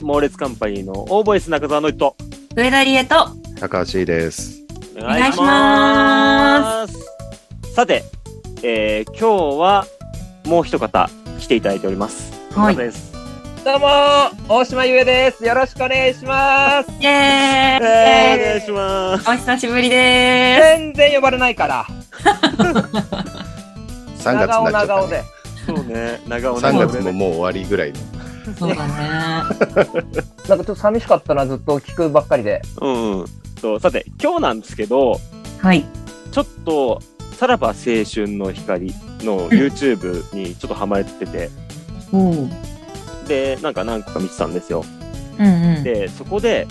猛烈カンパニーのオーボイス中澤の人、 上田理恵と高橋です。 お願いします。さて、今日はもう一方来ていただいております。 はい。 この方です。 どうも大島優也です。よろしくお願いします。 イエーイ、 お願いします。 お久しぶりで全然呼ばれないから 3月になっちゃった、ね、 でそうね、長尾 3月ももう終わりぐらいの。 そうだねなんかちょっと寂しかったな、ずっと聞くばっかりで。 さて今日なんですけど、 はい、 ちょっとさらば青春の光の YouTube にちょっとハマれてて、でなんか何個か見てたんですよ。でそこで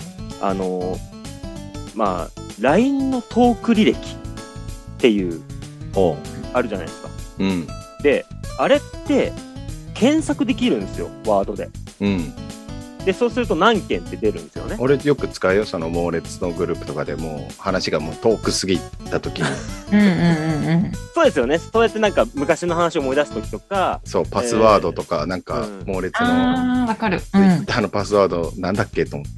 LINE のトーク履歴っていうあるじゃないですか。であれって検索できるんですよ、ワードで。でそうすると何件って出るんですよね。 俺よく使うよ、その猛烈のグループとかでも話がもう遠くすぎた時にそうですよね。そうやってなんか昔の話を思い出す時とか、 そうパスワードとか、なんか猛烈のわかる、 Twitter のパスワードなんだっけと思って、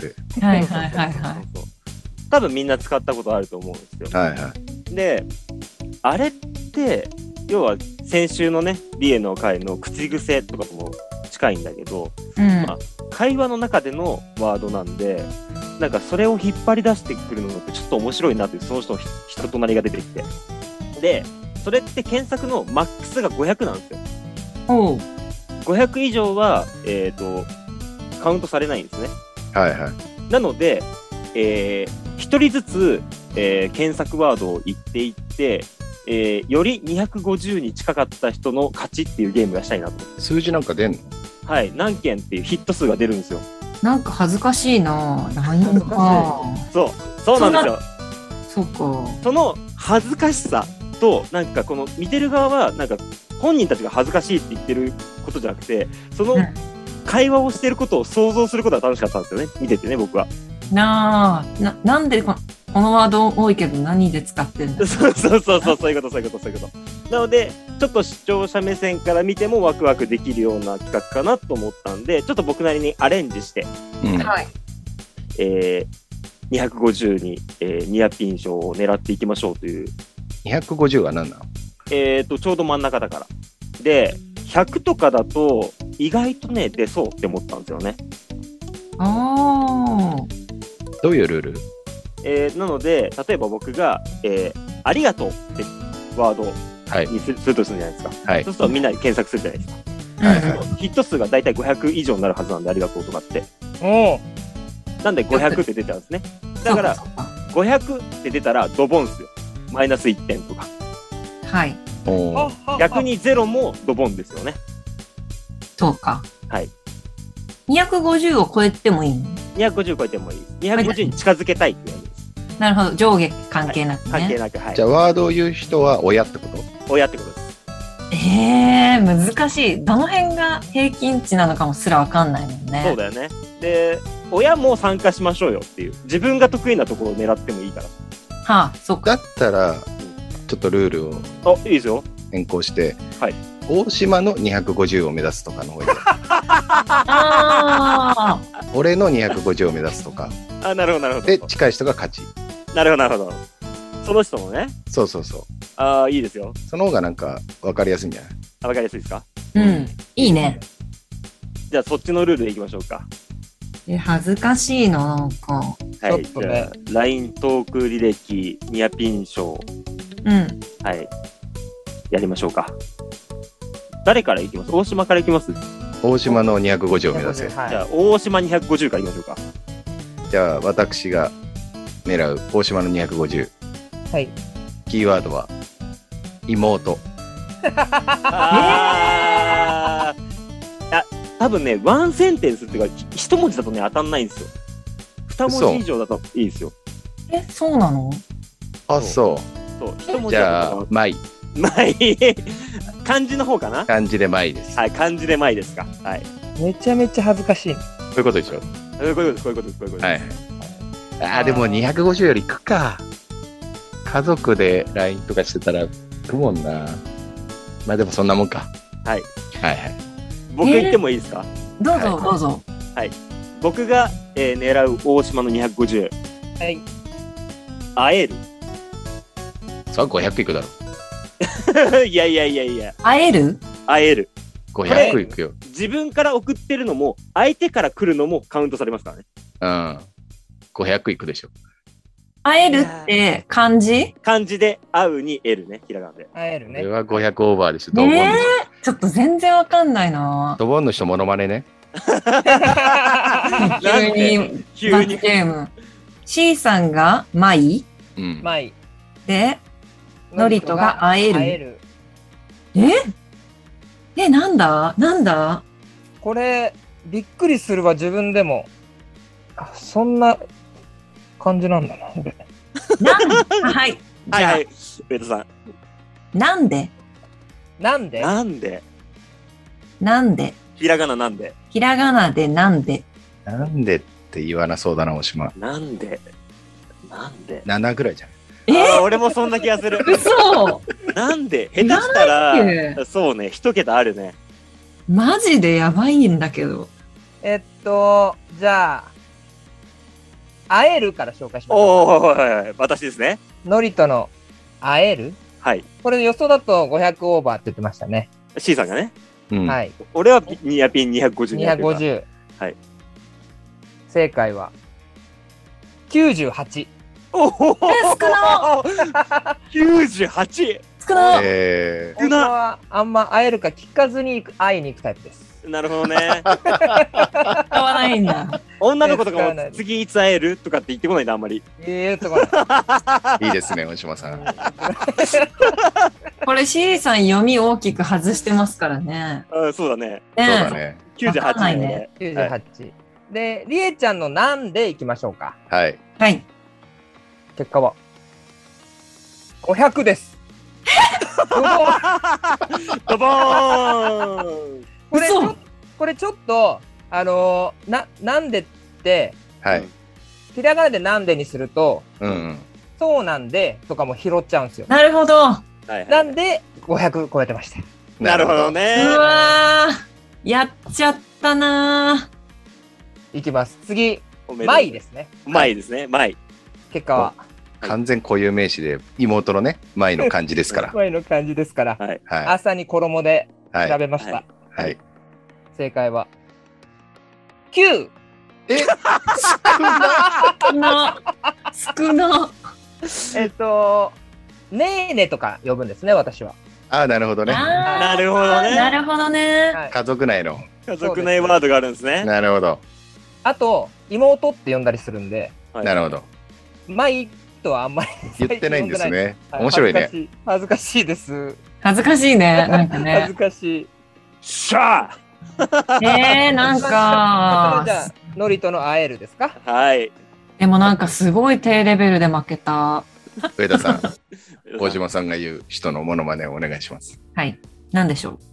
多分みんな使ったことあると思うんですよ。であれって要は先週のねリエの回の口癖とかとも近いんだけど、会話の中でのワードなんで、なんかそれを引っ張り出してくるのってちょっと面白いなっていう、その人の人となりが出てきて、でそれって検索のマックスが500なんですよ。500以上はカウントされないんですね。なので1人ずつ、検索ワードを言っていって、より250に近かった人の勝ちっていうゲームがしたいなと思って。 数字なんか出んの？はい、 何件っていうヒット数が出るんですよ。 なんか恥ずかしいな。LINE か。 そうなんですよ。 そうか。 その恥ずかしさと、なんかこの見てる側はなんか本人たちが恥ずかしいって言ってることじゃなくて、その会話をしてることを想像することが楽しかったんですよね。見ててね、僕は。 なんでこのワード多いけど何で使ってんだ。 そういうこと。なのでちょっと視聴者目線から見てもワクワクできるような企画かなと思ったんで、ちょっと僕なりにアレンジして、250に、ニアピン賞を狙っていきましょうという。 250は何なの？ ちょうど真ん中だから。で100とかだと意外とね出そうって思ったんですよね。 どういうルール？ なので例えば僕が、ありがとうってワードにするとするじゃないですか。そうするとみんなで検索するじゃないですか。ヒット数がだいたい500以上になるはずなんで、ありがとうとかって。なんで500って出ちゃうんですね。だから500って出たらドボンっすよ。マイナス1点とか。逆に0もドボンですよね。 そうか。250を超えてもいいの ？250超えてもいいです。250に近づけたいって言われます。 なるほど、上下関係なくね。 関係なく、 じゃあワードを言う人は親ってこと？ 親ってことです。 難しい。どの辺が平均値なのかもすらわかんないもんね。 そうだよね。で、親も参加しましょうよっていう。自分が得意なところを狙ってもいいから。 そうか。だったらちょっとルールをいいですよ。 変更して、大島の250を目指すとかの方がいい。俺の250を目指すとか。 なるほど。 で近い人が勝ち。 なるほど。その人もね。 そう。 いいですよ。 その方がなんか分かりやすいんじゃない？ 分かりやすいですか？ いいね。 じゃあそっちのルールでいきましょうか。 恥ずかしいな、なんか。 じゃあ LINE トーク履歴ニアピン賞。やりましょうか。誰からいきます？大島からいきます？ 大島の250を目指せ。 じゃあ大島250からいきましょうか。 じゃあ私が狙う大島の250。キーワードは妹。 多分ね、ワンセンテンスっていうか一文字だとね当たんないんですよ。二文字以上だといいですよ。 そうなの？ そう一文字だと。 じゃあマイ漢字の方かな？ 漢字でマイです。 漢字でマイですか。 めちゃめちゃ恥ずかしい。 こういうことでしょ。 こういうことです。 でも250よりいくか。家族で LINE とかしてたらいくもんな。まあでもそんなもんか。 僕言ってもいいですか？ どうぞ。 僕が、狙う大島の250。 はい。 会える。 それは500いくだろ。 いやいやいやいや。 会える？ 会える。 500いくよ。 自分から送ってるのも、相手から来るのもカウントされますからね。 うん。500いくでしょ。 会えるって漢字？ 漢字で会うに L ね、ひらがなで。 会えるね。 これは500オーバーでしょ。ドボンの人。 ちょっと全然わかんないな。 ドボンの人モノマネね。 急に罰ゲーム。C さんがマイ？ うん。 マイ。 で、ノリトが会える。 会える。 なんだこれ、びっくりするわ、自分でも。あ、そんな感じなんだな、俺。 はい。 はいはい、上田さん。 なんでひらがななんでひらがなでなんでって言わなそうだな、大島。 なんで 7ぐらいじゃん。 俺もそんな気がする。 嘘なんで下手したら、そうね、一桁あるね。 マジでやばいんだけど。 じゃあ、会えるから紹介します。 私ですね。 ノリとの会える？ はい。 これ予想だと500オーバーって言ってましたね。 C さんがね。 はい。 俺はニアピン250。 250。 はい。 正解は98。 少な 98。 少な本当はあんま会えるか聞かずに会いに行くタイプです。 なるほどね。 使わないんだ。 女の子とかも次いつ会えるとかって言ってこないんだ、あんまり。 言ってこない。 いいですね、大島さん。 これ C さん読み大きく外してますからね。 そうだね。 そうだね。 98ね。 98。で、りえちゃんのなんでいきましょうか。 はい。 はい。 結果は500です。 ドボーン。 これちょっとなんでって、 はい。 ひらがなでなんでにすると、そうなんでとかも拾っちゃうんですよ。 なるほど。 なんで500超えてました。 なるほどね。 うわー、やっちゃったなー。いきます。次、マイですね。 マイですね。マイ。 結果は完全固有名詞で妹のね、マイの漢字ですから。 マイの漢字ですから。朝に衣で調べました。 はい。 正解は9。 少な。 ねえねとか呼ぶんですね、私は。 なるほどね。 なるほどね。 なるほどね。 家族内の。 家族内ワードがあるんですね。 なるほど。 あと、妹って呼んだりするんで。 なるほど。 マイとはあんまり言ってないんですね。面白いね。 恥ずかしいです。 恥ずかしいね。なんかね。 恥ずかしい。 しゃー。なんか。 じゃあ、ノリとの会えるですか？ はい。 でもなんかすごい低レベルで負けた。 上田さん、大島さんが言う人のモノマネをお願いします。 はい。何でしょう？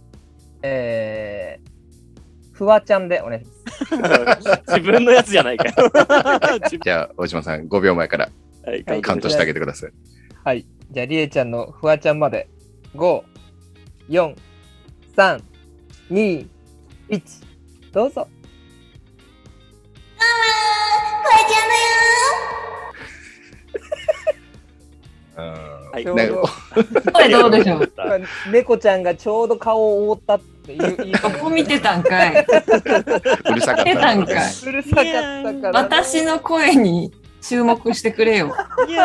フワちゃんでお願いします。 自分のやつじゃないかよ。 じゃあ、大島さん、5秒前からカウントしてあげてください。 はい。じゃあ、りえちゃんのフワちゃんまで。5、4、3、2、1。どうぞ。 フワちゃんだよこれどうでしょう？ 猫ちゃんがちょうど顔を覆ったっていう。 ここ見てたんかい。 うるさかった。 うるさかったから。 私の声に注目してくれよ。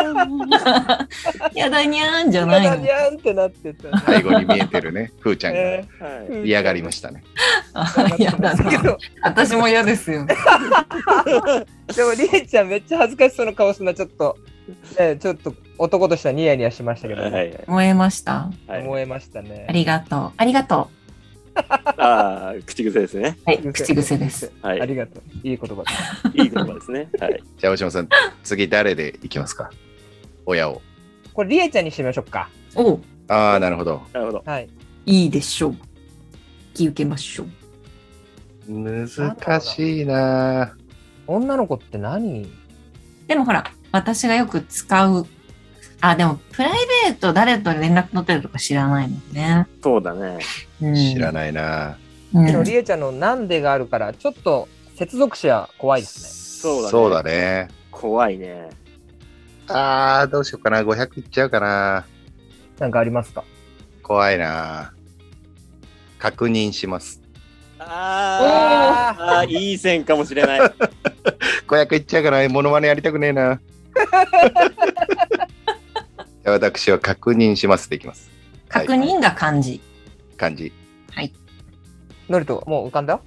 やだにゃーんじゃないの。 やだにゃーんってなってた。 背後に見えてるね、ふーちゃんが嫌がりましたね。 嫌だな。私も嫌ですよ。 でもりえちゃんめっちゃ恥ずかしそうな顔するのはちょっと男としてはニヤニヤしましたけどね。 燃えました。 燃えましたね。 ありがとう。ありがとう。口癖ですね。 はい、口癖です。 ありがとう。いい言葉です。 いい言葉ですね。はい。 じゃあ、大島さん、次誰でいきますか？親を。 これ、りえちゃんにしてみましょうか。 なるほど。 なるほど。 はい。 いいでしょう。引き受けましょう。 難しいな。 女の子って何？ でもほら、私がよく使う。でもプライベート誰と連絡取ってるとか知らないもんね。 そうだね。 知らないな。 でもりえちゃんのなんでがあるから、ちょっと接続詞は怖いですそうだね。 そうだね。 怖いね。 どうしようかな。500いっちゃうかな。 ね。なんかありますか？ 怖いな。確認します。 いい線かもしれない。 500いっちゃうかな。モノマネやりたくねえな。じゃあ私は確認しますでいきます。 確認が漢字。 漢字。 ノリト、もう浮かんだよ。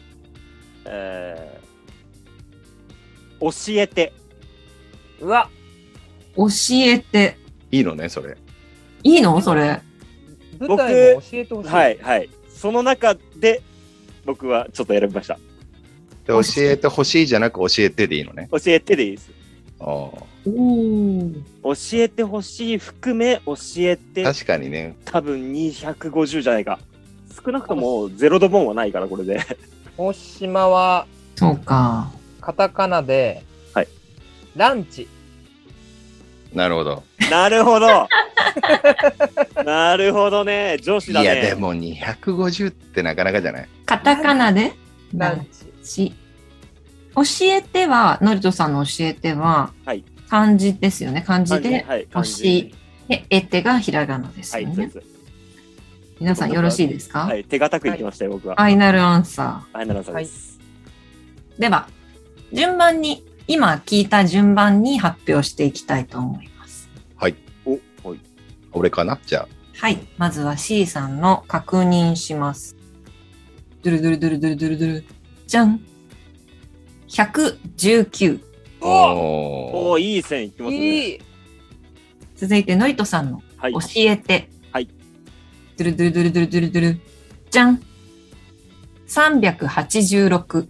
教えて。 うわ、 教えて。 いいのね、それ。 いいのそれ。 舞台も教えてほしい。 はいはい。その中で僕はちょっと選びました。 で教えてほしいじゃなく教えてでいいのね。 教えてでいいです。 お教えてほしい含め教えて。 確かにね。 多分250じゃないか。少なくともゼロドボンはないからこれで。 大島はそうか。 カタカナで、 はい。 ランチ。 なるほど。 なるほど。なるほどね。上司だね。 いやでも250ってなかなかじゃない。 カタカナでランチ。 教えては、ノリトさんの教えては、 はい、 漢字ですよね。漢字で、 はい、 教えてがひらがなですよね。はい、皆さんよろしいですか？ はい、手堅くいきましたよ、僕は。 ファイナルアンサー。 ファイナルアンサーです。 では、順番に、今聞いた順番に発表していきたいと思います。 はい。 はい。 俺かなじゃあ。 はい。まずは C さんの確認します。ドゥルドゥルドゥルドゥルドゥルドゥル。じゃん。119。 おー、いい線いきますね。 いい。 続いて、ノリトさんの教えて。はい。ドゥルドゥルドゥルドゥルドゥルドゥル。じゃん。386。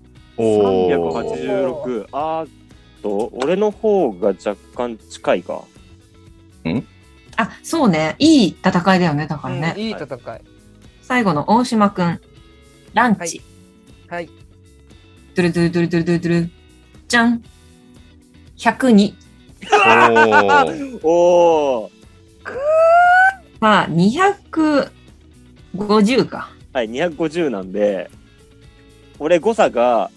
386。俺の方が若干近いか。 あ、そうね。いい戦いだよね、だからね。 いい戦い。 最後の大島くん。ランチ。 はい。 ドゥルドゥルドゥルドゥルドゥルドゥル。じゃん。102。 おー。 さあ、250か。 はい、250なんで、俺誤差が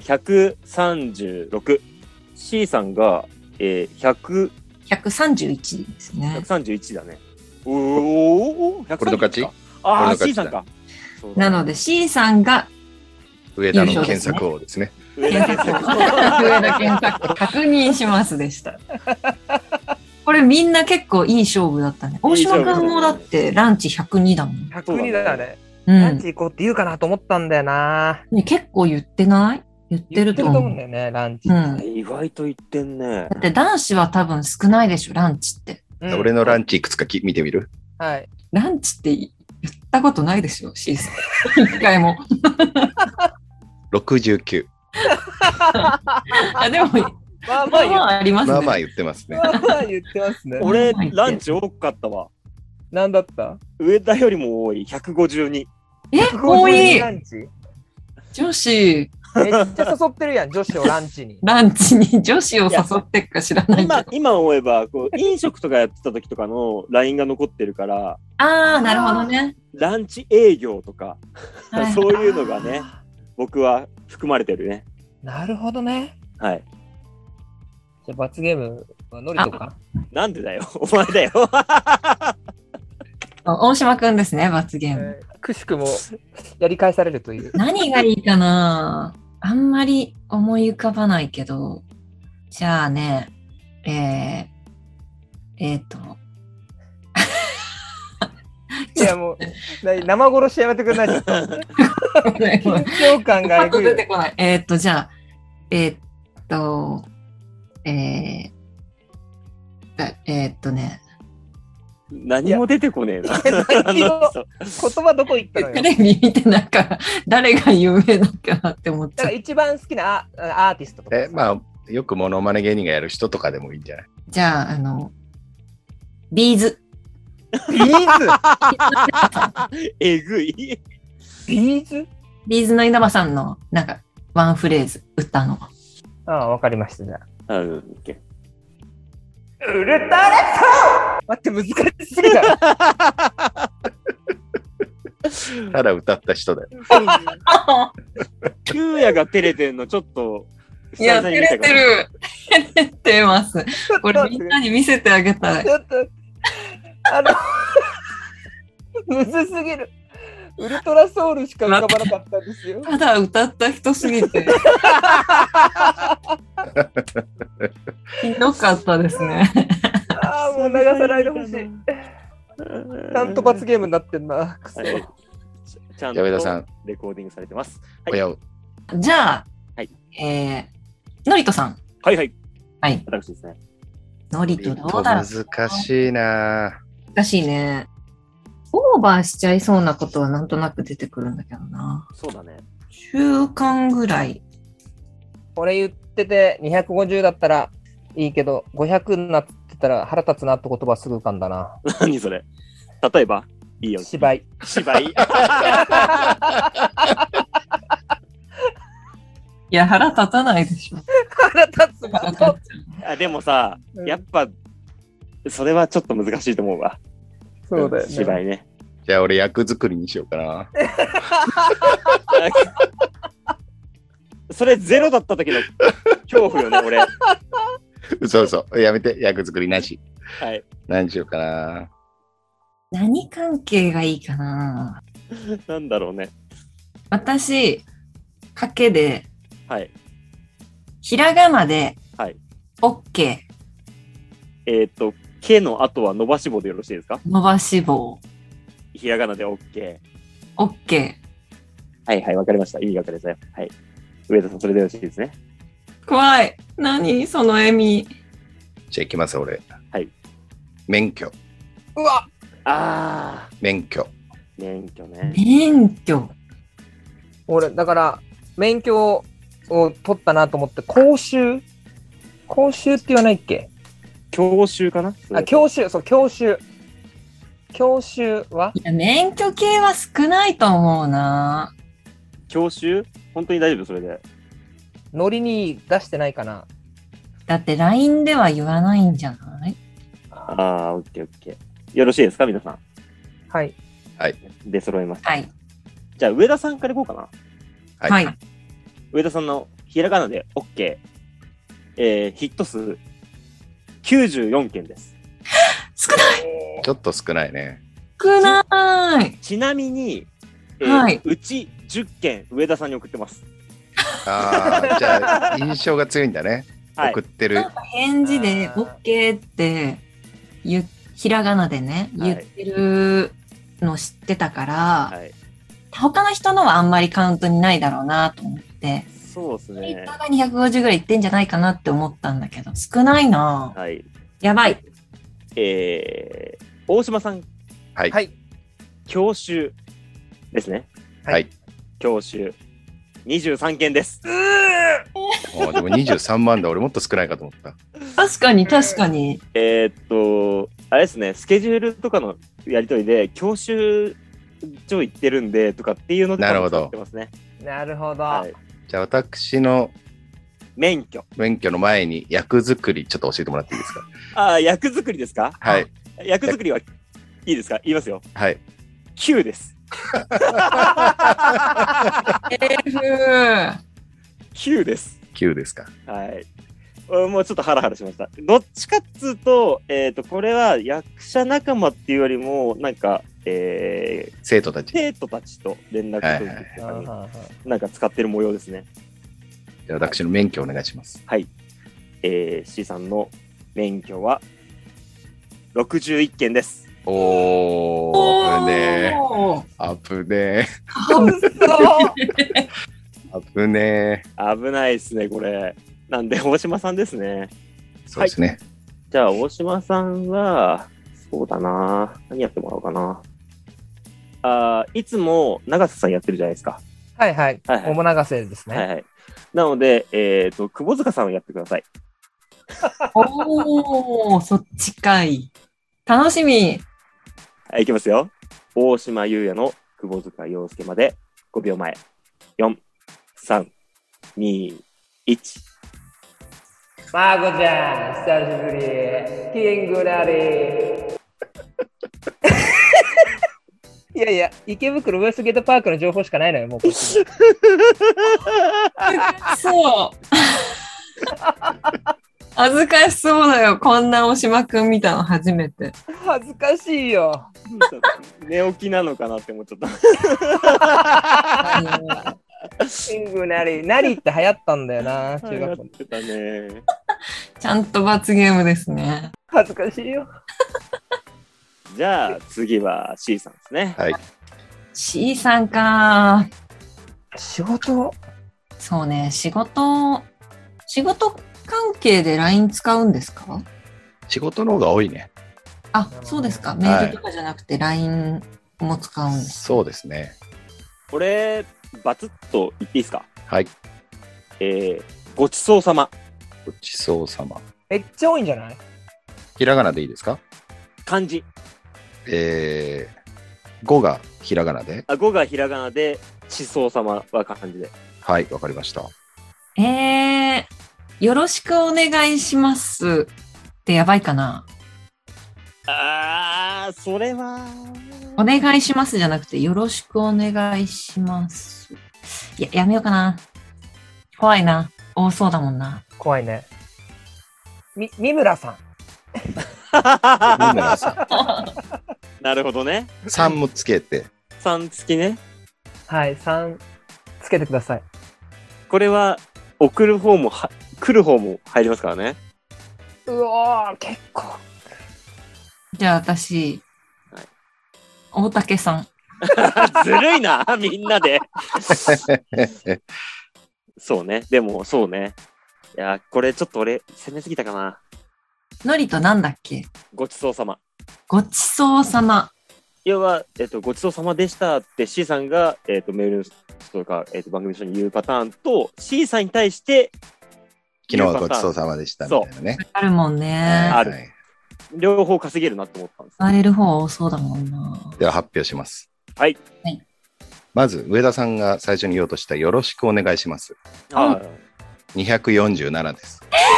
136。C さんが、131 ですね。 131だね。おー、 これの勝ち？ C さんか。 なので C さんが上田の検索王ですね。 上田検索確認しますでした。これみんな結構いい勝負だったね。大島君もだってランチ102だもん。 102だね。ランチ行こうって言うかなと思ったんだよな。 ね、結構言ってない？言ってると思うんだよね、ランチ。 意外と言ってんね。 だって男子は多分少ないでしょ、ランチって。 俺のランチいくつか見てみる？ はい。 ランチって言ったことないでしょ、C さん。一回も。 69。 でも、まあまあありますね。 まあまあ言ってますね。 まあまあ言ってますね。 俺、ランチ多かったわ。 何だった？ 上田よりも多い、152。 多い。 ランチ？ 女子。 めっちゃ誘ってるやん、女子をランチに。 ランチに女子を誘ってっか知らないけど。 今思えばこう、飲食とかやってた時とかの LINE が残ってるから、 ああ、なるほどね。 ランチ営業とか、そういうのがね、僕は含まれてるね。 なるほどね。 はい。 じゃあ罰ゲームはノリとか。 なんでだよ、お前だよ。 大島くんですね、罰ゲーム。 くしくもやり返されるという。 何がいいかな？あんまり思い浮かばないけど、じゃあね、 いやもう、生殺しやめてくんないちょっと。緊張感が出てこない。じゃあ、ね。 何も出てこねえな。 言葉どこ行ったのよ。 テレビ見てなんか誰が有名だっけなって思っちゃう。 だから一番好きなアーティストとか。 まあよくモノマネ芸人がやる人とかでもいいんじゃない？ じゃあビーズ。 ビーズえぐい。 ビーズ？ ビーズの稲葉さんのなんかワンフレーズ歌の。 ああ、わかりました。じゃあ。 ウルトラ待って、難しすぎだ。 ただ歌った人だよ。 キューヤが照れてんのちょっといや、照れてる。照れてます。これみんなに見せてあげたい。 ちょっと、むずすぎる。ウルトラソウルしか浮かばなかったんですよ。 ただ歌った人すぎて。ひどかったですね。 ああ、もう流さないでほしい。ちゃんと罰ゲームになってんな。くそ。 ちゃんと矢部田さんレコーディングされてます。 おやお。 じゃあ、 はい。 のりとさん。 はいはい。 はい。 私ですね。 のりとどうだろう。 難しいな。 難しいね。オーバーしちゃいそうなことはなんとなく出てくるんだけどな。 そうだね。 中間ぐらい。 これ言ってて250だったらいいけど、500になってたら腹立つなって言葉すぐ浮かんだな。 何それ。例えばいいよ。 芝居。 芝居。 いや、腹立たないでしょ。 腹立つ腹立っちゃう。 あでもさ、やっぱそれはちょっと難しいと思うわ。 そうだよね。 芝居ね。 じゃあ俺役作りにしようかな。 それゼロだった時の恐怖よね、俺。 嘘嘘。やめて、役作りなし。 はい。 何しようかな。 何関係がいいかな。 なんだろうね。 私、賭けで、 はい。 ひらがなで、 はい。 OK。 けの後は伸ばし棒でよろしいですか？ 伸ばし棒。 ひらがなで OK。 OK。 はいはい、わかりました。意味がわかりましたよ。はい。上田さん、それでよろしいですね。 怖い。何その笑み。 じゃあ行きます、俺。 はい。 免許。 うわ免許。 免許ね。 免許。 俺、だから、免許を取ったなと思って、講習って言わないっけ？ 教習かな？ あ、教習、そう、教習。教習はいや、免許系は少ないと思うな。 教習？本当に大丈夫それで。 ノリに出してないかな。 だって LINE では言わないんじゃない？ ああ、オッケーオッケー。よろしいですか、皆さん。 はい。 出揃いました。 はい。 じゃあ、上田さんからいこうかな。 はい。 上田さんのひらがなで OK。ヒット数94件です。 少ないちょっと少ないね。 少ない。 ちなみに、 はい、 うち10件上田さんに送ってます。 ああ、じゃあ印象が強いんだね。はい、送ってる。 返事で OK ってひらがなでね、言ってるの知ってたから、はい、他の人のはあんまりカウントにないだろうなと思って。 そうですね。 ツイッターが250ぐらいいってんじゃないかなって思ったんだけど、少ないな。 はい。 やばい。 大島さん。 はい。はい。 教習ですね。 はい。 教習23件です。 でも23万だ。俺もっと少ないかと思った。 確かに確かに。 あれですね、スケジュールとかのやり取りで教習所行ってるんでとかっていうのでなるほど。 なるほど。 はい、じゃあ私の免許の前に役作りちょっと教えてもらっていいですか？ ああ、役作りですか？ はい。 役作りはいいですか？言いますよ。 はい。 9です。9です。 9ですか？ はい。もうちょっとハラハラしました。どっちかっつうと、これは役者仲間っていうよりも、なんか、 生徒たちと連絡取るとかに、なんか使ってる模様ですね。 じゃあ私の免許お願いします。 はい。C さんの免許は61件です。 おー、危ねえ。危ねえ。 危ないですね、これ。なんで、大島さんですね。 そうですね。 はい、じゃあ、大島さんは、そうだな。何やってもらおうかな。いつも永瀬さんやってるじゃないですか。 はいはい。桃永瀬ですね。 はいはい。なので、窪塚さんをやってください。 おー、そっちかい。楽しみ。 はい、いきますよ。大島優也の窪塚洋介まで5秒前。4、3、2、1。 マーコちゃん、久しぶり。キングラリー。いやいや、池袋ウエストゲートパークの情報しかないのよ、もうこっち。 そう。 恥ずかしそうだよ。こんな大島くん見たの初めて。 恥ずかしいよ。 寝起きなのかなって思っちゃった。 キングなりって流行ったんだよな、中学校。 やってたね。 ちゃんと罰ゲームですね。 恥ずかしいよ。 じゃあ次は C さんですね。 はい。 C さんか。 仕事そうね、仕事関係で LINE 使うんですか？ 仕事の方が多いね。 あ、そうですか。メールとかじゃなくて LINE も使うんです。 そうですね。 これ、バツッと言っていいですか？ はい。 ごちそうさま。 ごちそうさま。 めっちゃ多いんじゃない？ ひらがなでいいですか？ 漢字。 5がひらがなで。 5がひらがなで、ちそうさまは漢字で。 はい、わかりました。 よろしくお願いしますってやばいかな？ それは。 お願いしますじゃなくて、よろしくお願いします。いや、やめようかな。怖いな。多そうだもんな。 怖いね。三村さん。 三村さなるほどね。 ん。3もつけて。 3付きね。 はい、3つけてください。 これは、送る方も来る方も入りますからね。 うわー、結構。 じゃあ私、 はい、 大竹さん。 ずるいな、みんなで。そうね。でも、そうね。いや、これちょっと俺、攻めすぎたかな。 のりとなんだっけ？ ごちそうさま。 ごちそうさま。 要は、ごちそうさまでしたって C さんが、メールとか、番組の人に言うパターンと、C さんに対して昨日はごちそうさまでしたみたいなね。 あるもんね。 ある。両方稼げるなと思ったんです。 あれる方多そうだもんな。 では発表します。 はい。 はい、 まず、上田さんが最初に言おうとしたよろしくお願いします。247です。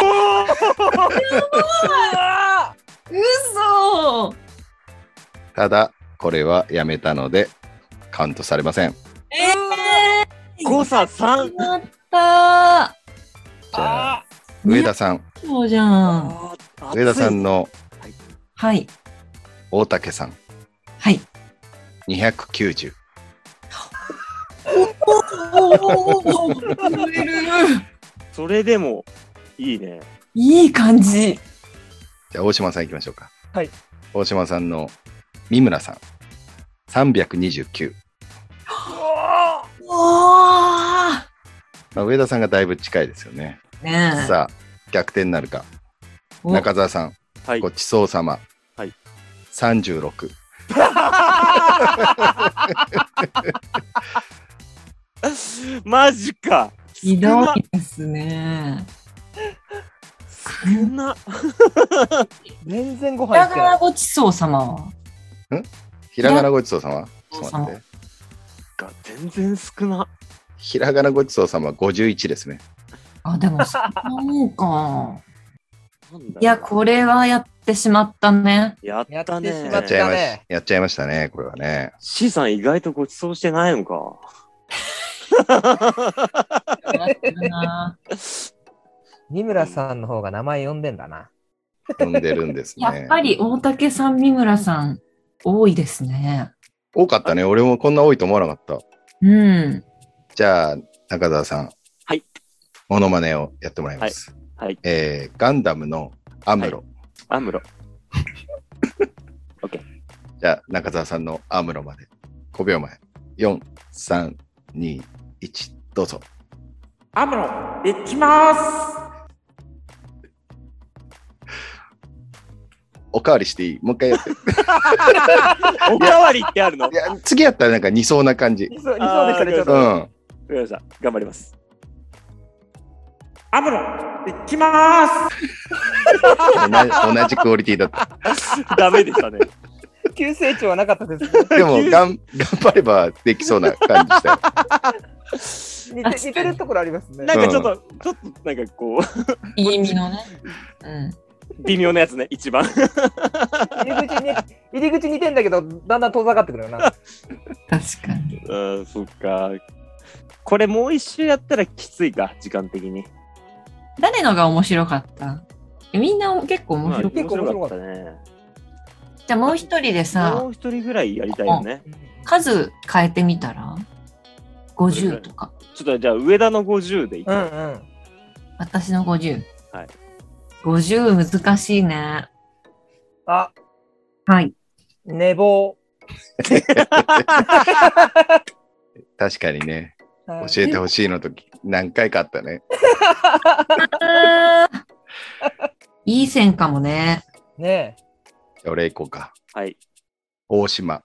嘘。 ただ、これはやめたので、カウントされません。 誤差3。 やったじゃあ、上田さん。 そうじゃん。 上田さんの、 はい。 大竹さん。 はい。 290。 それでも、いいね。 いい感じ。 じゃあ、大島さん行きましょうか。 はい。 大島さんの三村さん。329。まあ、上田さんがだいぶ近いですよね。 ねえ。 さあ、逆転になるか。中澤さん、 はい、 ごちそうさま。 はい、 36。 マジか。 ひどいですね。 少な。 全然ご飯いってない。 ひらがなごちそうさまは？ ひらがなごちそうさま。ちょっと待って。 全然少な。 ひらがなごちそうさま51ですね。 あ、でもそんなもんか。いや、これはやってしまったね。 やったね。 やっちゃいましたね、これはね。 C さん意外とごちそうしてないのか。 三村さんの方が名前呼んでんだな。 呼んでるんですね。 やっぱり大竹さん、三村さん、多いですね。 多かったね。俺もこんな多いと思わなかった。 うん。 じゃあ、中澤さん。 はい。 モノマネをやってもらいます。 はい。 ガンダムのアムロ。 アムロ。OK。 じゃあ、中澤さんのアムロまで。5秒前。4、3、2、1、どうぞ。 アムロ、行きます。 おかわりしていい？もう一回やって。 おかわりってあるの？ いや、次やったらなんか似そうな感じ。 似そうでしたね、ちょっと。 うん。 わかりました。頑張ります。アムロ、行きます同じクオリティだった。 ダメでしたね。 急成長はなかったですね。 でも頑張ればできそうな感じしたよ。 似てるところありますね。 なんかちょっとなんかこう。 いい意味のね。うん。 微妙なやつね、一番。 入り口似てんだけど、だんだん遠ざかってくるよな。 確かに。 そっか。これもう一周やったらきついか、時間的に。 誰のが面白かった？みんな結構面白かった。 結構面白かったね。 じゃあもう一人でさ、 もう一人ぐらいやりたいよね。 数変えてみたら ?50 とか。 ちょっとじゃあ上田の50でいく。 私の50。 はい。 50難しいね。 あ、 はい。 寝坊。 確かにね。教えてほしいの時何回かあったね。 いい線かもね。 ねえ。俺行こうか。 はい。 大島。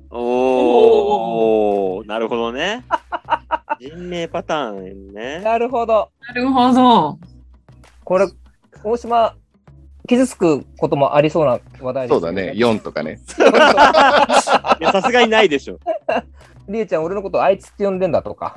おー、なるほどね。人名パターンね。 なるほど。 なるほど。 これ、大島、傷つくこともありそうな話題です、ね。 そうだね。4とかね。 いや、さすがにないでしょ。 りえちゃん、俺のことあいつって呼んでんだとか。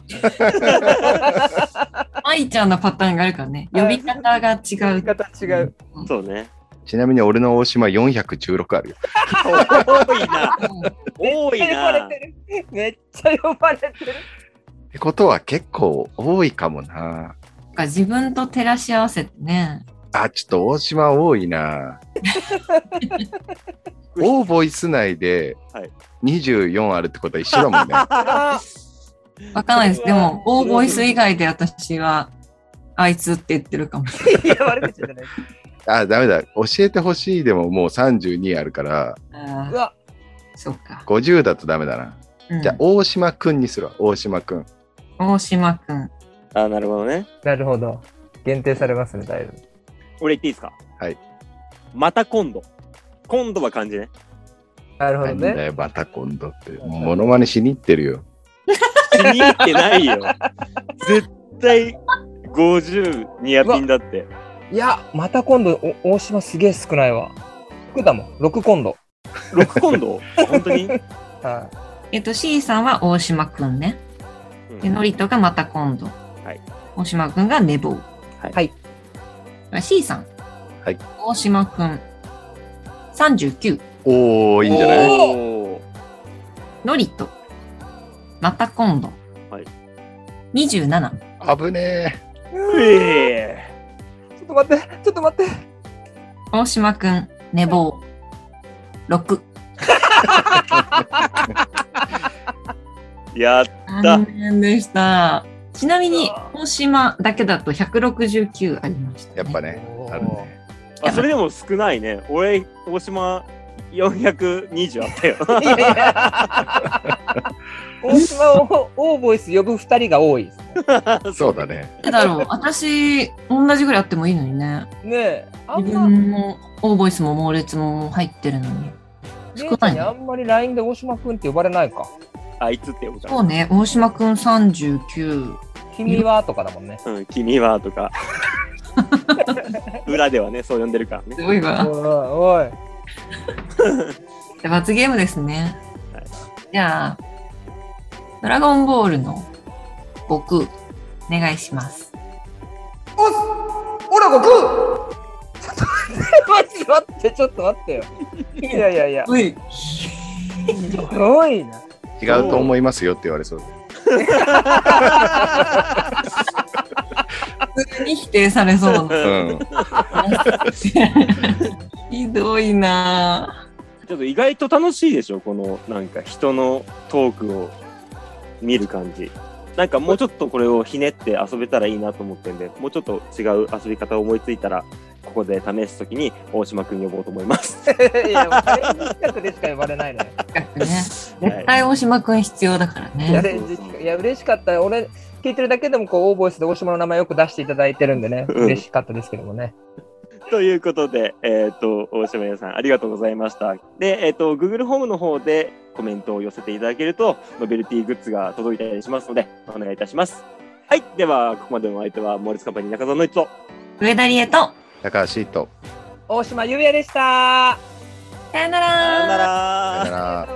愛ちゃんのパターンがあるからね。呼び方が違う。 呼び方違う。 そうね。 ちなみに俺の大島416あるよ。 多いな。多いな。 めっちゃ呼ばれてる。 ってことは結構多いかもな。 自分と照らし合わせてね。 あ、ちょっと大島多いな。オーボイス内で24あるってことは一緒だもんね。 わかんないです。でも、オーボイス以外で私は、あいつって言ってるかもしれない。 いや、悪口じゃない。 あ、ダメだ。教えてほしいでももう32あるから、 うわ、 そうか。 50だとダメだな。じゃあ、大島くんにするわ。大島くん。 大島くん。 あ、なるほどね。 なるほど。限定されますね、だいぶ。 俺言っていいですか？ はい。 また今度。今度は漢字ね。 なるほどね。 なんだよ、また今度って。もうモノマネしに行ってるよ。 しに行ってないよ。絶対50ニアピンだって。 いや、また今度、大島すげえ少ないわ。6だもん、6今度。 6今度本当にはい。 C さんは大島くんね。で、ノリトがまた今度。 はい。 大島くんが寝坊。 はい。 C さん。 はい。 大島くん。39。 おー、いいんじゃない？ ノリト。また今度。 はい。 27。 危ねえ。 ちょっと待って、ちょっと待って。 大島くん、寝坊。6。 やった。 残念でした。ちなみに、大島だけだと169ありました、ね。 やっぱね。あるね。 あ、それでも少ないね。俺、大島420あったよ。 いやいや大島をオーボイス呼ぶ2人が多いですね。 そうだね。 なんだろう、私、同じぐらいあってもいいのにね。 ねえ。 自分もオーボイスも猛烈も入ってるのに。 少ないね。あんまり LINE で大島くんって呼ばれないか。 あいつって呼ぶから。 そうね、大島くん39。 君はとかだもんね。 うん、君はとか。裏ではね、そう呼んでるからね。 すごいわ。 おい。 じゃ罰ゲームですね。はい、じゃあ、ドラゴンボールの悟空、お願いします。 おら悟空ちょっと待ってよ。いや。 おい。 すごいな。 違うと思いますよって言われそうで。 普通に否定されそうな。ひどいな。 ちょっと意外と楽しいでしょ、このなんか人のトークを見る感じ。なんかもうちょっとこれをひねって遊べたらいいなと思ってんで、もうちょっと違う遊び方を思いついたら、ここで試すときに大島くん呼ぼうと思います。 いや、カレンジ企画でしか呼ばれないのよ。 絶対大島くん必要だからね。 いや、嬉しかった。俺、聞いてるだけでもこう、オーボイスで大島の名前よく出していただいてるんでね、嬉しかったですけどもね。 ということで、大島屋さんありがとうございました。で、Google ホームの方でコメントを寄せていただけると、ノベルティグッズが届いたりしますので、お願いいたします。はい。では、ここまでのお相手は、モーレツカンパニー中澤の一と、 上田理恵と、 高橋と、 大島優也でした。 さよなら。 さよなら。 さよなら。